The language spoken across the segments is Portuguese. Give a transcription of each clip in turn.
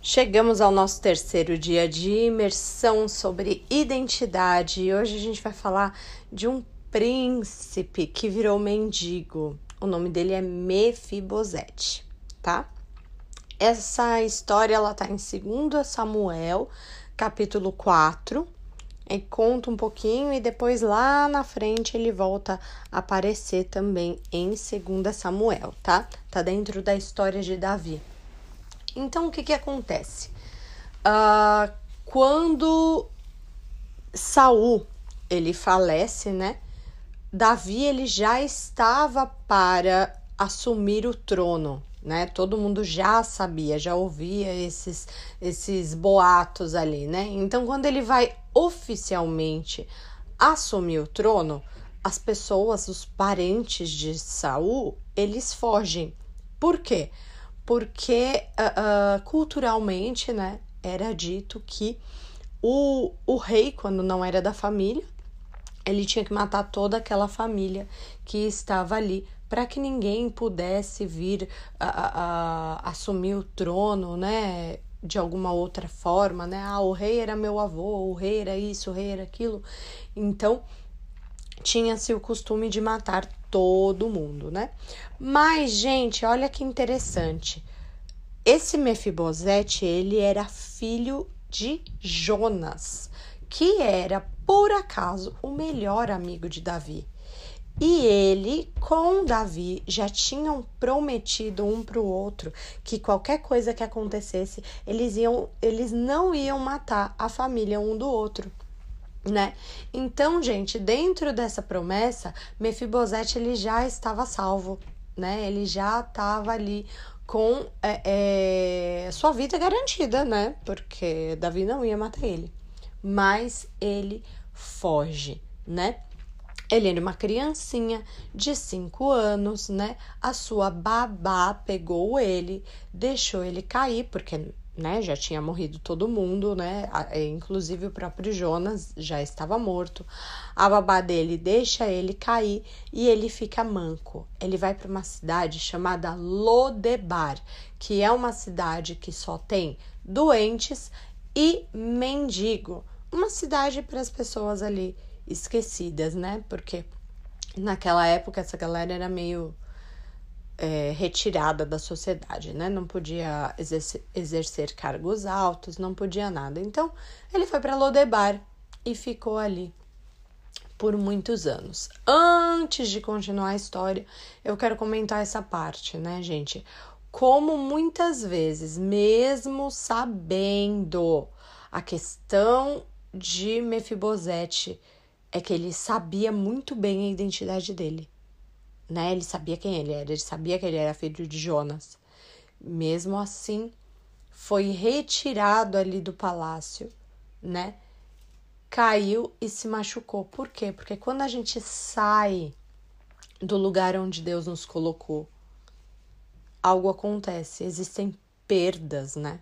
Chegamos ao nosso terceiro dia de imersão sobre identidade e hoje a gente vai falar de um príncipe que virou mendigo. O nome dele é Mefibosete, tá? Essa história ela tá em 2 Samuel, capítulo 4, e conta um pouquinho e depois lá na frente ele volta a aparecer também em 2 Samuel, tá? Tá dentro da história de Davi. Então, o que acontece? Quando Saul, ele falece, né? Davi, ele já estava para assumir o trono, né? Todo mundo já sabia, já ouvia esses boatos ali, né? Então, quando ele vai oficialmente assumir o trono, as pessoas, os parentes de Saul, eles fogem. Por quê? Porque culturalmente, né, era dito que o rei, quando não era da família, ele tinha que matar toda aquela família que estava ali para que ninguém pudesse vir assumir o trono, né, de alguma outra forma, né? O rei era meu avô, o rei era isso, o rei era aquilo. Então, tinha-se o costume de matar todo mundo, né? Mas, gente, olha que interessante. Esse Mefibosete, ele era filho de Jonas, que era, por acaso, o melhor amigo de Davi. E ele, com Davi, já tinham prometido um para o outro que qualquer coisa que acontecesse, eles não iam matar a família um do outro, né? Então, gente, dentro dessa promessa, Mefibosete ele já estava salvo, né? Ele já estava ali com sua vida garantida, né? Porque Davi não ia matar ele. Mas ele foge, né? Ele era uma criancinha de 5 anos, né? A sua babá pegou ele, deixou ele cair, porque, né, já tinha morrido todo mundo, né? Inclusive o próprio Jonas já estava morto. A babá dele deixa ele cair e ele fica manco. Ele vai para uma cidade chamada Lodebar, que é uma cidade que só tem doentes e mendigo. Uma cidade para as pessoas ali esquecidas, né? Porque naquela época essa galera era meio retirada da sociedade, né? Não podia exercer cargos altos, não podia nada. Então, ele foi para Lodebar e ficou ali por muitos anos. Antes de continuar a história, eu quero comentar essa parte, né, gente? Como muitas vezes, mesmo sabendo a questão de Mefibosete, é que ele sabia muito bem a identidade dele, né? Ele sabia quem ele era, ele sabia que ele era filho de Jonas. Mesmo assim, foi retirado ali do palácio, né? Caiu e se machucou. Por quê? Porque quando a gente sai do lugar onde Deus nos colocou, algo acontece, existem perdas, né?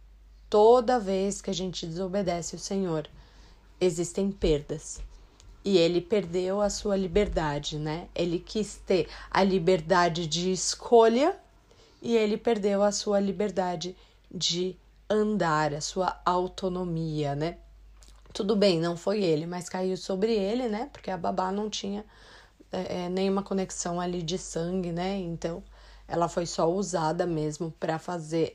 Toda vez que a gente desobedece o Senhor, existem perdas. E ele perdeu a sua liberdade, né? Ele quis ter a liberdade de escolha e ele perdeu a sua liberdade de andar, a sua autonomia, né? Tudo bem, não foi ele, mas caiu sobre ele, né? Porque a babá não tinha nenhuma conexão ali de sangue, né? Então, ela foi só usada mesmo para fazer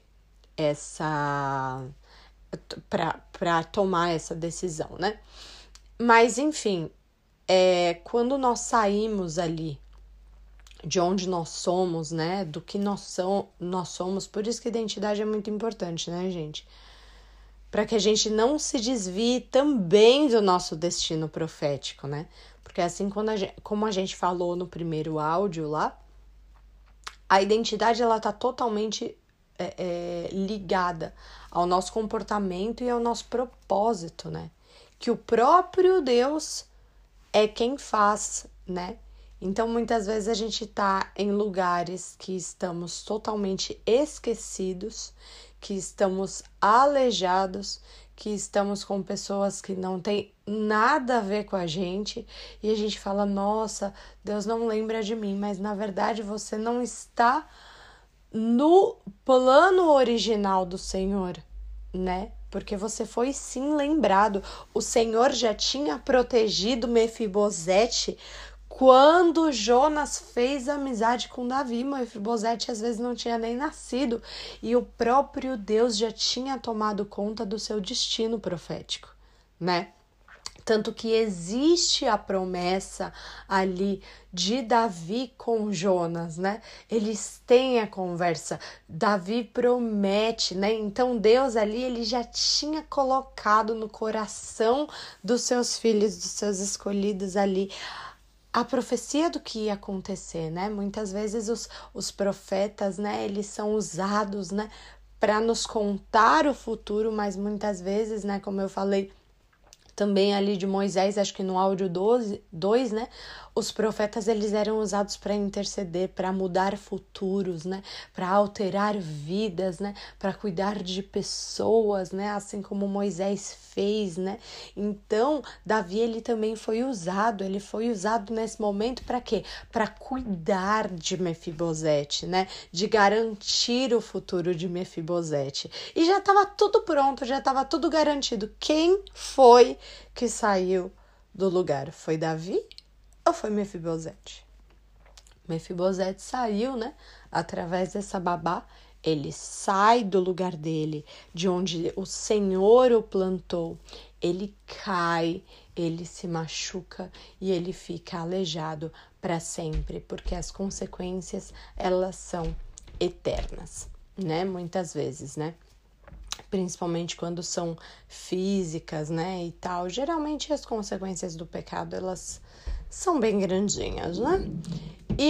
para tomar essa decisão, né? Mas, enfim, quando nós saímos ali de onde nós somos, né, do que nós somos, por isso que a identidade é muito importante, né, gente? Para que a gente não se desvie também do nosso destino profético, né? Porque assim, como a gente falou no primeiro áudio lá, a identidade, ela tá totalmente ligada ao nosso comportamento e ao nosso propósito, né? Que o próprio Deus é quem faz, né? Então, muitas vezes a gente tá em lugares que estamos totalmente esquecidos, que estamos aleijados, que estamos com pessoas que não têm nada a ver com a gente, e a gente fala, nossa, Deus não lembra de mim, mas na verdade você não está no plano original do Senhor, né? Porque você foi sim lembrado. O Senhor já tinha protegido Mefibosete quando Jonas fez amizade com Davi. Mefibosete às vezes não tinha nem nascido e o próprio Deus já tinha tomado conta do seu destino profético, né? Tanto que existe a promessa ali de Davi com Jonas, né? Eles têm a conversa. Davi promete, né? Então Deus ali, ele já tinha colocado no coração dos seus filhos, dos seus escolhidos ali, a profecia do que ia acontecer, né? Muitas vezes os profetas, né? Eles são usados, né? Para nos contar o futuro, mas muitas vezes, né? Como eu falei, também ali de Moisés, acho que no áudio 2, né? Os profetas, eles eram usados para interceder, para mudar futuros, né? Para alterar vidas, né? Para cuidar de pessoas, né? Assim como Moisés fez, né? Então, Davi, ele também foi usado nesse momento para quê? Para cuidar de Mefibosete, né? De garantir o futuro de Mefibosete. E já estava tudo pronto, já estava tudo garantido. Quem foi que saiu do lugar? Foi Davi ou foi Mefibosete? Mefibosete saiu, né? Através dessa babá, ele sai do lugar dele, de onde o Senhor o plantou. Ele cai, ele se machuca e ele fica aleijado para sempre, porque as consequências, elas são eternas, né? Muitas vezes, né? Principalmente quando são físicas, né, e tal. Geralmente as consequências do pecado, elas são bem grandinhas, né? E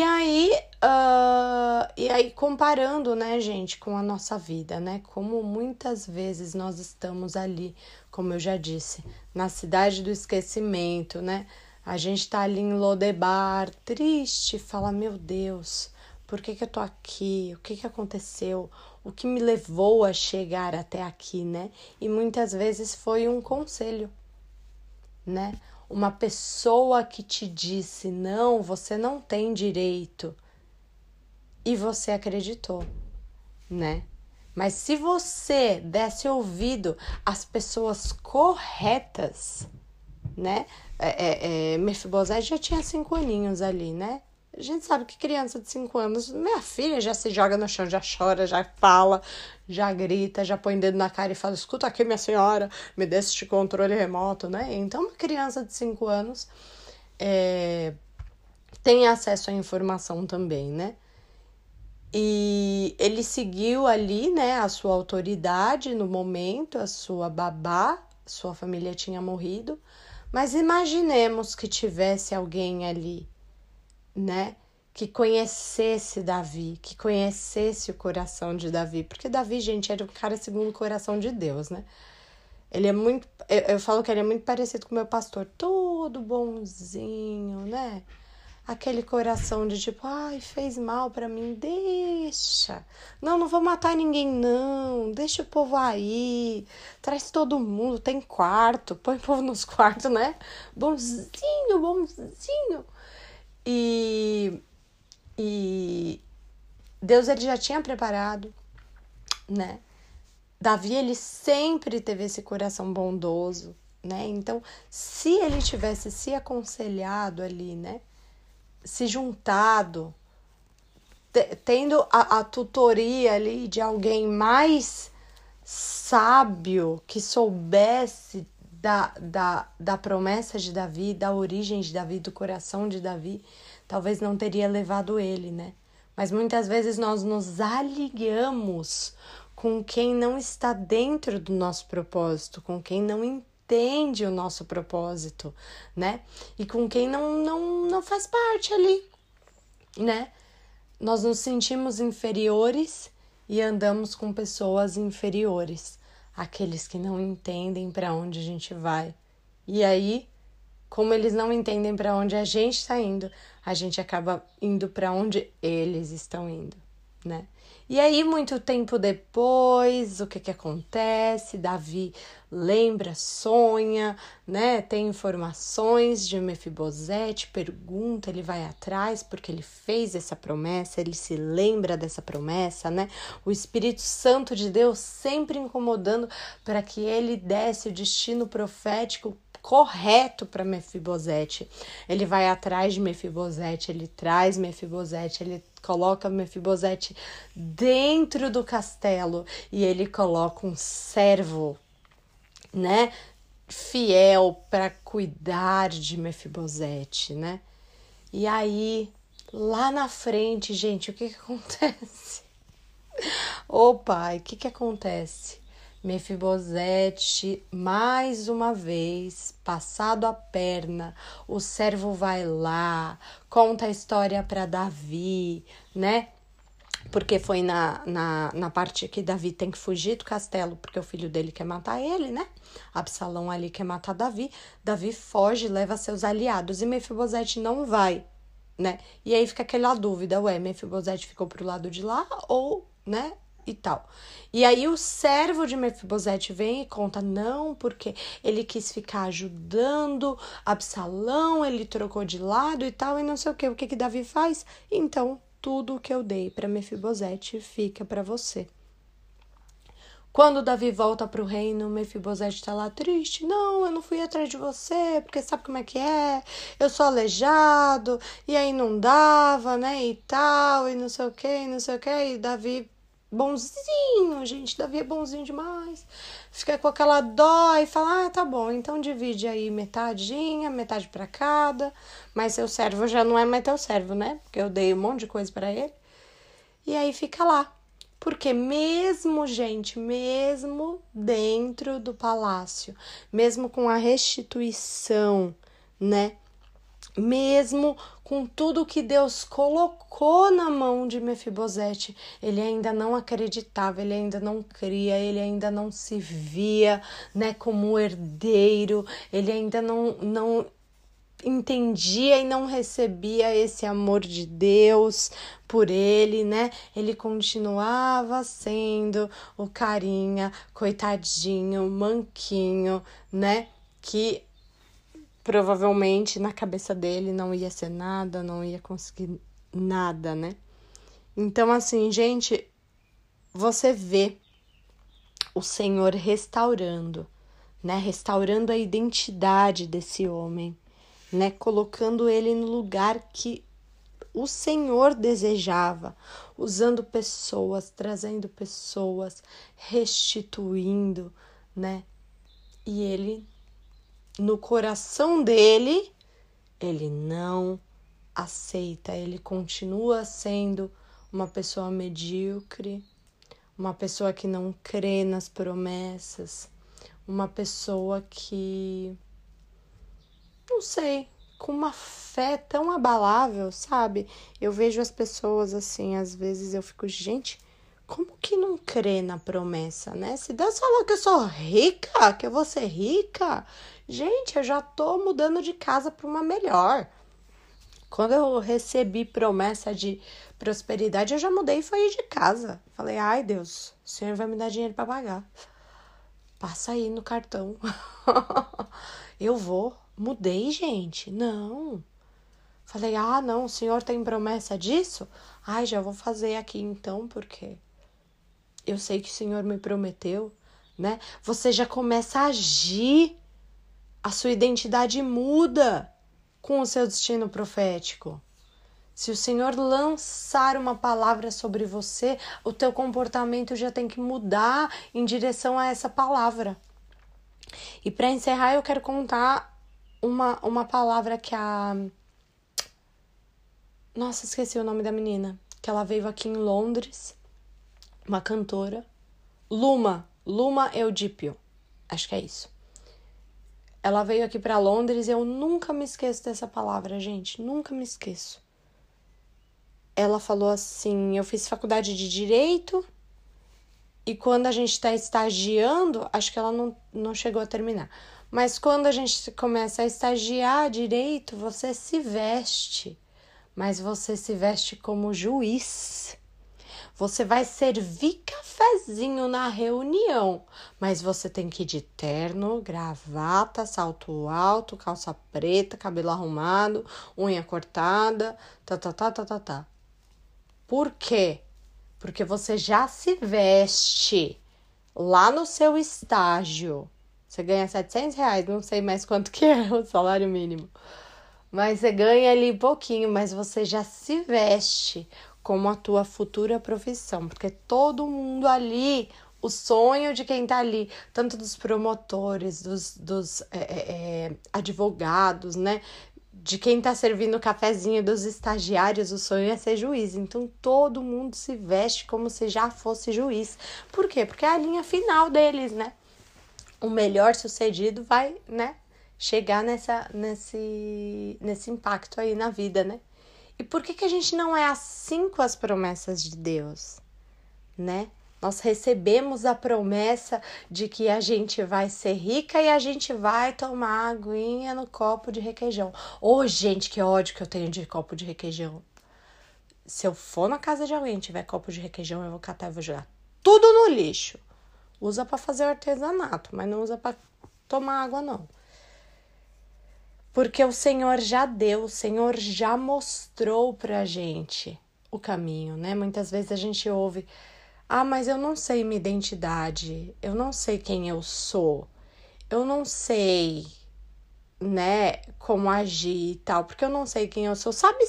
aí comparando, né, gente, com a nossa vida, né, como muitas vezes nós estamos ali, como eu já disse, na cidade do esquecimento, né? A gente tá ali em Lodebar, triste, fala, meu Deus, por que eu tô aqui? O que aconteceu? O que me levou a chegar até aqui, né? E muitas vezes foi um conselho, né? Uma pessoa que te disse, não, você não tem direito. E você acreditou, né? Mas se você desse ouvido às pessoas corretas, né? Mefibosete já tinha 5 aninhos ali, né? A gente sabe que criança de 5 anos, minha filha já se joga no chão, já chora, já fala, já grita, já põe o dedo na cara e fala, escuta aqui, minha senhora, me dê este controle remoto, né? Então, uma criança de 5 anos tem acesso à informação também, né? E ele seguiu ali, né, a sua autoridade no momento, a sua babá, sua família tinha morrido, mas imaginemos que tivesse alguém ali, né, que conhecesse Davi, que conhecesse o coração de Davi, porque Davi, gente, era um cara segundo o coração de Deus, né? Ele é muito, eu falo que ele é muito parecido com o meu pastor, todo bonzinho, né? Aquele coração de tipo, ai, fez mal pra mim, deixa. Não vou matar ninguém, não. Deixa o povo aí. Traz todo mundo, tem quarto, põe o povo nos quartos, né? Bonzinho, bonzinho. E Deus, ele já tinha preparado, né? Davi, ele sempre teve esse coração bondoso, né? Então, se ele tivesse se aconselhado ali, né? Se juntado, tendo a tutoria ali de alguém mais sábio, que soubesse da promessa de Davi, da origem de Davi, do coração de Davi, talvez não teria levado ele, né? Mas muitas vezes nós nos aligamos com quem não está dentro do nosso propósito, com quem não entende o nosso propósito, né? E com quem não faz parte ali, né? Nós nos sentimos inferiores e andamos com pessoas inferiores, aqueles que não entendem para onde a gente vai. E aí, como eles não entendem para onde a gente está indo, a gente acaba indo para onde eles estão indo, né? E aí, muito tempo depois, o que acontece? Davi lembra, sonha, né? Tem informações de Mefibosete, pergunta, ele vai atrás porque ele fez essa promessa, ele se lembra dessa promessa, né? O Espírito Santo de Deus sempre incomodando para que ele desse o destino profético correto para Mefibosete. Ele vai atrás de Mefibosete, ele traz Mefibosete, ele coloca Mefibosete dentro do castelo e ele coloca um servo, né, fiel para cuidar de Mefibosete, né? E aí, lá na frente, gente, o que acontece? Ô pai, o que acontece? Mefibosete, mais uma vez, passado a perna, o servo vai lá, conta a história para Davi, né? Porque foi na parte que Davi tem que fugir do castelo, porque o filho dele quer matar ele, né? Absalão ali quer matar Davi. Davi foge, leva seus aliados e Mefibosete não vai, né? E aí fica aquela dúvida, Mefibosete ficou pro lado de lá ou, né? E tal. E aí o servo de Mefibosete vem e conta, não, porque ele quis ficar ajudando Absalão, ele trocou de lado e tal, e não sei o que. O que Davi faz? Então, tudo o que eu dei para Mefibosete fica para você. Quando Davi volta para o reino, Mefibosete está lá triste. Não, eu não fui atrás de você, porque sabe como é que é? Eu sou aleijado, e aí não dava, né, e tal, e não sei o que, e Davi... bonzinho, gente, Davi é bonzinho demais. Fica com aquela dó e fala, tá bom, então divide aí metadinha, metade pra cada, mas seu servo já não é mais teu servo, né? Porque eu dei um monte de coisa pra ele. E aí fica lá. Porque mesmo, gente, mesmo dentro do palácio, mesmo com a restituição, né? Mesmo com tudo que Deus colocou na mão de Mefibosete, ele ainda não acreditava, ele ainda não cria, ele ainda não se via, né, como herdeiro, ele ainda não entendia e não recebia esse amor de Deus por ele, né? Ele continuava sendo o carinha, coitadinho, manquinho, né? Que provavelmente na cabeça dele não ia ser nada, não ia conseguir nada, né? Então, assim, gente, você vê o Senhor restaurando, né? Restaurando a identidade desse homem, né? Colocando ele no lugar que o Senhor desejava, usando pessoas, trazendo pessoas, restituindo, né? E ele, no coração dele, ele não aceita, ele continua sendo uma pessoa medíocre, uma pessoa que não crê nas promessas, uma pessoa que, não sei, com uma fé tão abalável, sabe? Eu vejo as pessoas assim, às vezes eu fico, gente, como que não crê na promessa, né? Se Deus falou que eu sou rica, que eu vou ser rica, gente, eu já tô mudando de casa para uma melhor. Quando eu recebi promessa de prosperidade, eu já mudei e fui de casa. Falei, ai Deus, o Senhor vai me dar dinheiro para pagar. Passa aí no cartão. Eu vou. Mudei, gente. Não. Falei, não, o Senhor tem promessa disso? Ai, já vou fazer aqui então, porque eu sei que o Senhor me prometeu, né? Você já começa a agir. A sua identidade muda com o seu destino profético. Se o Senhor lançar uma palavra sobre você, o teu comportamento já tem que mudar em direção a essa palavra. E para encerrar, eu quero contar uma palavra que a... Nossa, esqueci o nome da menina. Que ela veio aqui em Londres, uma cantora. Luma Eudipio. Acho que é isso. Ela veio aqui para Londres e eu nunca me esqueço dessa palavra, gente. Nunca me esqueço. Ela falou assim, eu fiz faculdade de Direito e quando a gente está estagiando, acho que ela não chegou a terminar, mas quando a gente começa a estagiar Direito, você se veste, mas você se veste como juiz. Você vai servir cafezinho na reunião, mas você tem que ir de terno, gravata, salto alto, calça preta, cabelo arrumado, unha cortada, tá. Por quê? Porque você já se veste lá no seu estágio. Você ganha R$700, não sei mais quanto que é o salário mínimo. Mas você ganha ali pouquinho, mas você já se veste como a tua futura profissão. Porque todo mundo ali, o sonho de quem tá ali, tanto dos promotores, dos advogados, né? De quem tá servindo o cafezinho, dos estagiários, o sonho é ser juiz. Então, todo mundo se veste como se já fosse juiz. Por quê? Porque é a linha final deles, né? O melhor sucedido vai, né, chegar nesse impacto aí na vida, né? E por que a gente não é assim com as promessas de Deus, né? Nós recebemos a promessa de que a gente vai ser rica e a gente vai tomar aguinha no copo de requeijão. Ô, gente, que ódio que eu tenho de copo de requeijão. Se eu for na casa de alguém e tiver copo de requeijão, eu vou catar e vou jogar tudo no lixo. Usa para fazer artesanato, mas não usa para tomar água, não. Porque o Senhor já deu, o Senhor já mostrou pra gente o caminho, né? Muitas vezes a gente ouve, mas eu não sei minha identidade, eu não sei quem eu sou, eu não sei, né, como agir e tal, porque eu não sei quem eu sou. Sabe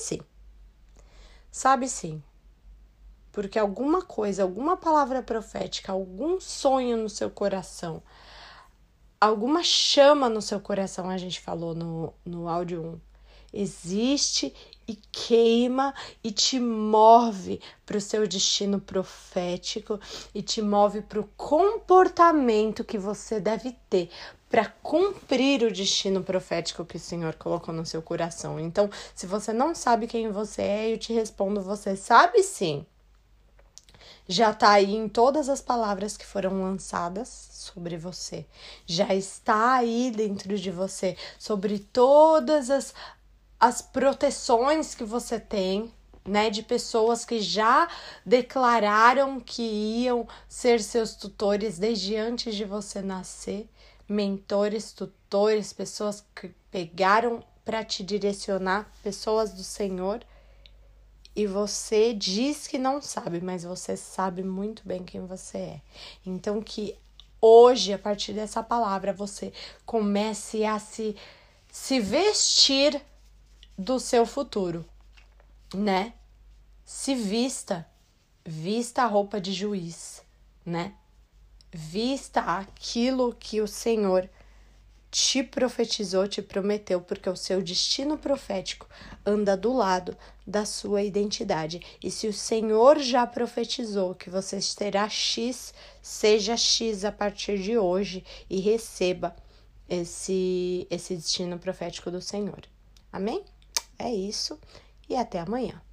sim. Porque alguma coisa, alguma palavra profética, algum sonho no seu coração, alguma chama no seu coração, a gente falou no áudio 1, existe e queima e te move para o seu destino profético e te move para o comportamento que você deve ter para cumprir o destino profético que o Senhor colocou no seu coração. Então, se você não sabe quem você é, eu te respondo, você sabe sim. Já está aí em todas as palavras que foram lançadas sobre você. Já está aí dentro de você, sobre todas as proteções que você tem, né? De pessoas que já declararam que iam ser seus tutores desde antes de você nascer. Mentores, tutores, pessoas que pegaram para te direcionar, pessoas do Senhor. E você diz que não sabe, mas você sabe muito bem quem você é. Então que hoje, a partir dessa palavra, você comece a se vestir do seu futuro, né? Se vista a roupa de juiz, né? Vista aquilo que o Senhor te profetizou, te prometeu, porque o seu destino profético anda do lado da sua identidade. E se o Senhor já profetizou que você terá X, seja X a partir de hoje e receba esse destino profético do Senhor. Amém? É isso e até amanhã.